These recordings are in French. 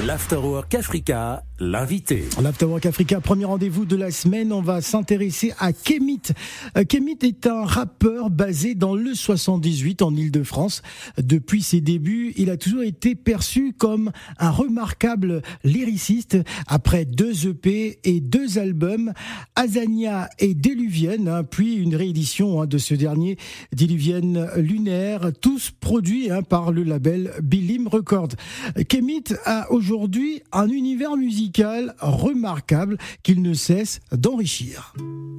L'Afterwork Africa, l'invité. L'Afterwork Africa, premier rendez-vous de la semaine, on va s'intéresser à Kémit. Kémit est un rappeur basé dans le 78 en Île-de-France. Depuis ses débuts, il a toujours été perçu comme un remarquable lyriciste. Après 2 EP et 2 albums, Azania et Déluvienne, puis une réédition de ce dernier, Déluvienne lunaire, tous produits par le label Bilim Records. Kémit a aujourd'hui un univers musical remarquable qu'il ne cesse d'enrichir.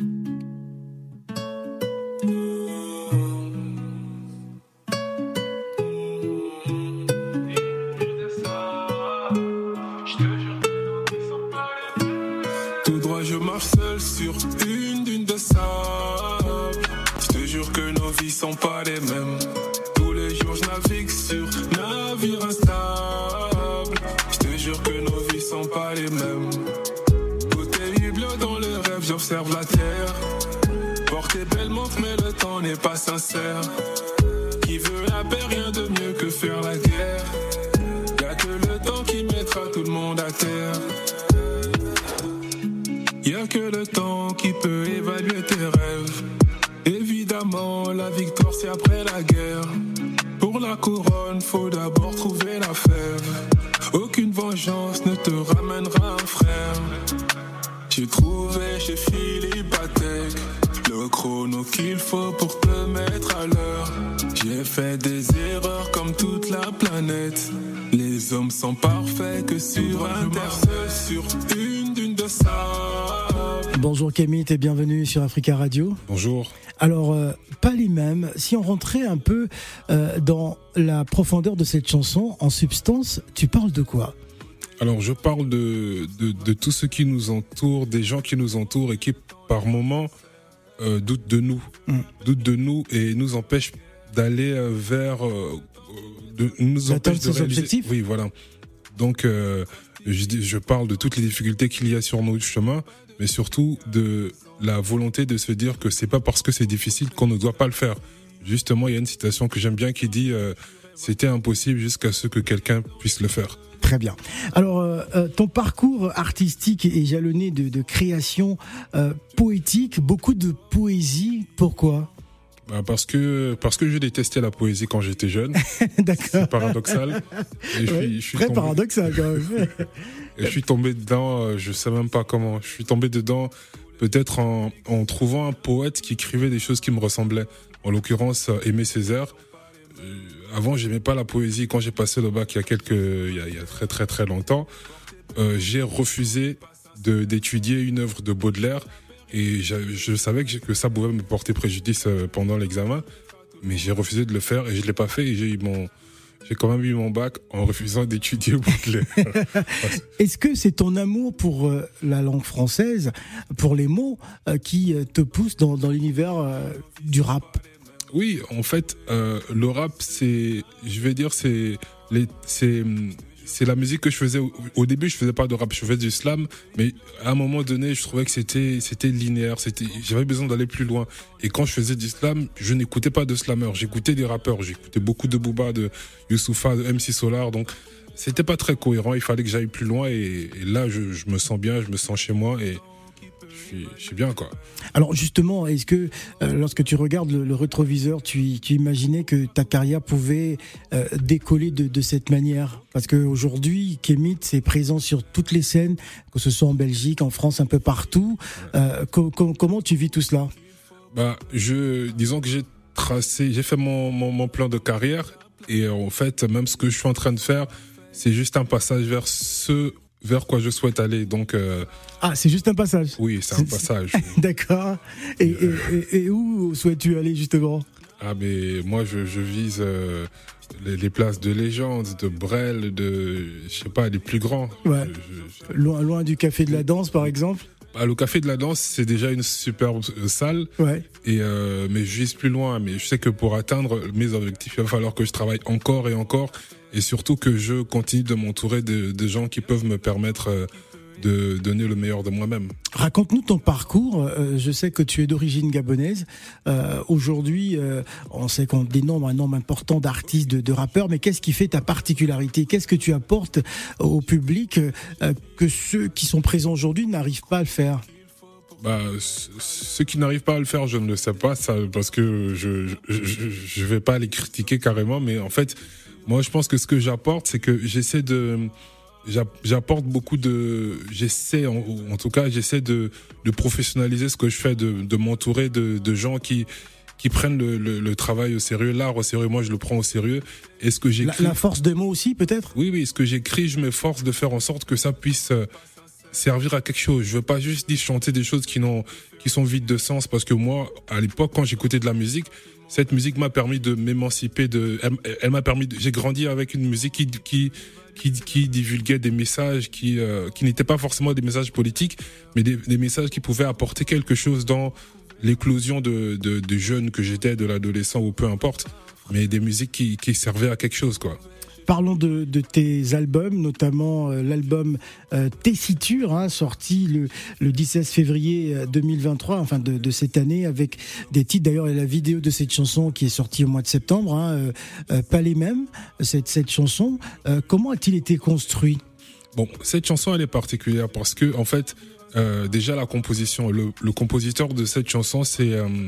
Tout droit je marche seul sur une dune de sable. Je te jure que nos vies sont pas les mêmes. Tous les jours je navigue sur navire instable. Je te jure que nos vies sont pas les mêmes. Bouteille bleue dans le rêve, j'observe la terre. Porter belle montre mais le temps n'est pas sincère. Qui veut la paix, rien de mieux que faire la guerre. Y'a que le temps qui mettra tout le monde à terre. Y'a que le temps qui peut évaluer tes rêves. Évidemment, la victoire c'est après la guerre. Pour la couronne, faut d'abord trouver la fève. Aucune vengeance ne te ramènera un frère. J'ai trouvé chez Philippe Patek le chrono qu'il faut pour te mettre à l'heure. J'ai fait des erreurs comme toute la planète. Les hommes sont parfaits que sur Internet, sur une dune de sable. Bonjour Kémit et bienvenue sur Africa Radio. Bonjour. Alors, pas les mêmes. Si on rentrait un peu dans la profondeur de cette chanson, en substance, tu parles de quoi ? Alors, je parle de tout ce qui nous entoure, des gens qui nous entourent et qui, par moments, doutent de nous. Doutent de nous et nous empêchent d'aller vers... nous empêchent de réaliser... objectifs. Oui, voilà. Donc, je parle de toutes les difficultés qu'il y a sur notre chemin, mais surtout de la volonté de se dire que c'est pas parce que c'est difficile qu'on ne doit pas le faire. Justement, il y a une citation que j'aime bien qui dit c'était impossible jusqu'à ce que quelqu'un puisse le faire. Très bien. Alors, ton parcours artistique est jalonné de créations poétiques, beaucoup de poésie. Pourquoi ? Parce que je détestais la poésie quand j'étais jeune. D'accord. C'est paradoxal. Et je suis très paradoxal quand même. Et je suis tombé dedans, je sais même pas comment. Je suis tombé dedans peut-être en trouvant un poète qui écrivait des choses qui me ressemblaient. En l'occurrence, Aimé Césaire. Avant, j'aimais pas la poésie. Quand j'ai passé le bac il y a très très très longtemps, j'ai refusé d'étudier une œuvre de Baudelaire. Et je savais que ça pouvait me porter préjudice pendant l'examen, mais j'ai refusé de le faire et je l'ai pas fait et j'ai quand même eu mon bac en refusant d'étudier Baudelaire. Est-ce que c'est ton amour pour la langue française, pour les mots, qui te pousse dans l'univers du rap ? Oui, en fait, le rap, c'est la musique que je faisais. Au début, je faisais pas de rap, je faisais du slam, mais à un moment donné, je trouvais que c'était linéaire, j'avais besoin d'aller plus loin. Et quand je faisais du slam, je n'écoutais pas de slameurs, j'écoutais des rappeurs, j'écoutais beaucoup de Booba, de Youssoupha, de MC Solar, donc c'était pas très cohérent, il fallait que j'aille plus loin et là, je me sens bien, je me sens chez moi et je suis bien, quoi. Alors justement, est-ce que lorsque tu regardes le rétroviseur, tu imaginais que ta carrière pouvait décoller de cette manière ? Parce qu'aujourd'hui, Kémit c'est présent sur toutes les scènes, que ce soit en Belgique, en France, un peu partout. Comment tu vis tout cela ? Disons que j'ai fait mon plan de carrière et en fait, même ce que je suis en train de faire, c'est juste un passage vers quoi je souhaite aller. Donc, c'est juste un passage. Oui, c'est un passage. D'accord. Et où souhaites-tu aller justement ? Mais moi, je vise les places de légende, de Brel, je sais pas, les plus grands. Ouais. Loin du Café de la Danse, par exemple. Le Café de la Danse, c'est déjà une superbe salle. Ouais. Mais je vise plus loin. Mais je sais que pour atteindre mes objectifs, il va falloir que je travaille encore et encore. Et surtout que je continue de m'entourer de gens qui peuvent me permettre de donner le meilleur de moi-même. Raconte-nous ton parcours. Je sais que tu es d'origine gabonaise. Aujourd'hui, on sait qu'on dénombre un nombre important d'artistes, de rappeurs, mais qu'est-ce qui fait ta particularité? Qu'est-ce que tu apportes au public que ceux qui sont présents aujourd'hui n'arrivent pas à le faire? Ceux qui n'arrivent pas à le faire, je ne le sais pas, ça, parce que je vais pas les critiquer carrément, mais en fait, moi, je pense que ce que j'apporte, c'est que j'apporte beaucoup j'essaie de professionnaliser ce que je fais, de m'entourer de gens qui prennent le travail au sérieux, l'art au sérieux. Moi, je le prends au sérieux. Et ce que j'écris, la force des mots aussi, peut-être? Oui, ce que j'écris, je m'efforce de faire en sorte que ça puisse servir à quelque chose. Je veux pas juste dire chanter des choses qui sont vides de sens, parce que moi, à l'époque, quand j'écoutais de la musique, cette musique m'a permis de m'émanciper elle m'a permis j'ai grandi avec une musique qui divulguait des messages qui n'étaient pas forcément des messages politiques, mais des messages qui pouvaient apporter quelque chose dans l'éclosion de jeunes que j'étais, de l'adolescent ou peu importe, mais des musiques qui servaient à quelque chose, quoi. Parlons de tes albums, notamment l'album Tessiture, sorti le 16 février 2023, enfin de cette année, avec des titres. D'ailleurs, il y a la vidéo de cette chanson qui est sortie au mois de septembre, pas les mêmes, cette chanson. Comment a-t-il été construit? Bon, cette chanson, elle est particulière parce que, en fait, déjà la composition, le compositeur de cette chanson, c'est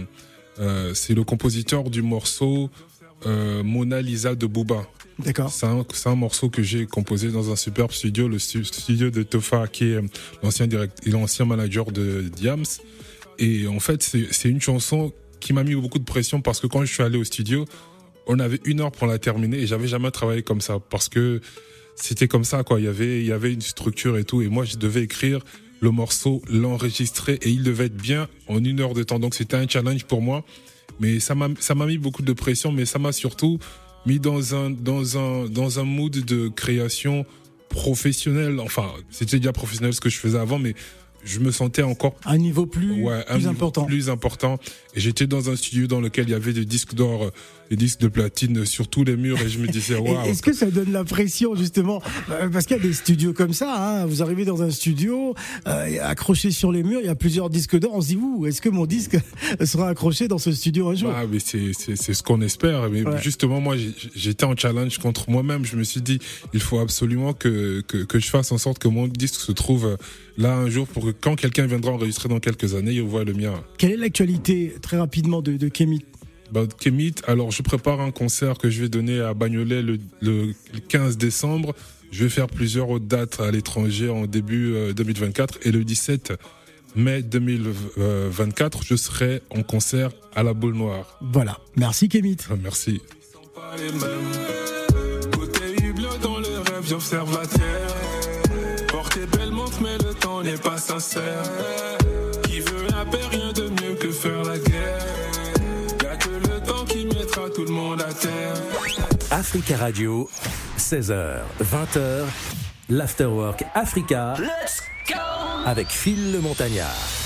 le compositeur du morceau Mona Lisa de Booba. D'accord. C'est un morceau que j'ai composé dans un superbe studio, le studio de Tofa, qui est l'ancien manager de Diams. Et en fait, c'est une chanson qui m'a mis beaucoup de pression, parce que quand je suis allé au studio, on avait 1 heure pour la terminer et j'avais jamais travaillé comme ça, parce que c'était comme ça, quoi. Il y avait une structure et tout, et moi je devais écrire le morceau, l'enregistrer, et il devait être bien en 1 heure de temps. Donc c'était un challenge pour moi, mais ça m'a mis beaucoup de pression, mais ça m'a surtout mis dans un mood de création professionnelle. Enfin, c'était déjà professionnel ce que je faisais avant, mais je me sentais encore un niveau plus important. Et j'étais dans un studio dans lequel il y avait des disques d'or, des disques de platine sur tous les murs, et je me disais waouh. Est-ce que ça donne la pression, justement, parce qu'il y a des studios comme ça, vous arrivez dans un studio accroché sur les murs, il y a plusieurs disques d'or, on se dit est-ce que mon disque sera accroché dans ce studio un jour? Mais c'est ce qu'on espère. Mais justement, moi j'étais en challenge contre moi-même. Je me suis dit, il faut absolument que je fasse en sorte que mon disque se trouve là un jour, pour que quand quelqu'un viendra enregistrer dans quelques années, il voit le mien. Quelle est l'actualité, très rapidement, de Kémit? Kémit, alors je prépare un concert que je vais donner à Bagnolet le 15 décembre. Je vais faire plusieurs autres dates à l'étranger en début 2024. Et le 17 mai 2024, je serai en concert à la Boule Noire. Voilà. Merci Kémit. Merci. Bouteille bleue dans le rêve, j'observe la terre. Portez belle montre, mais le temps n'est pas sincère. Qui veut la paix, rien de mieux que faire la guerre. Y'a que le temps qui mettra tout le monde à terre. Africa Radio, 16h, 20h, l'Afterwork Africa. Let's go! Avec Phil le Montagnard.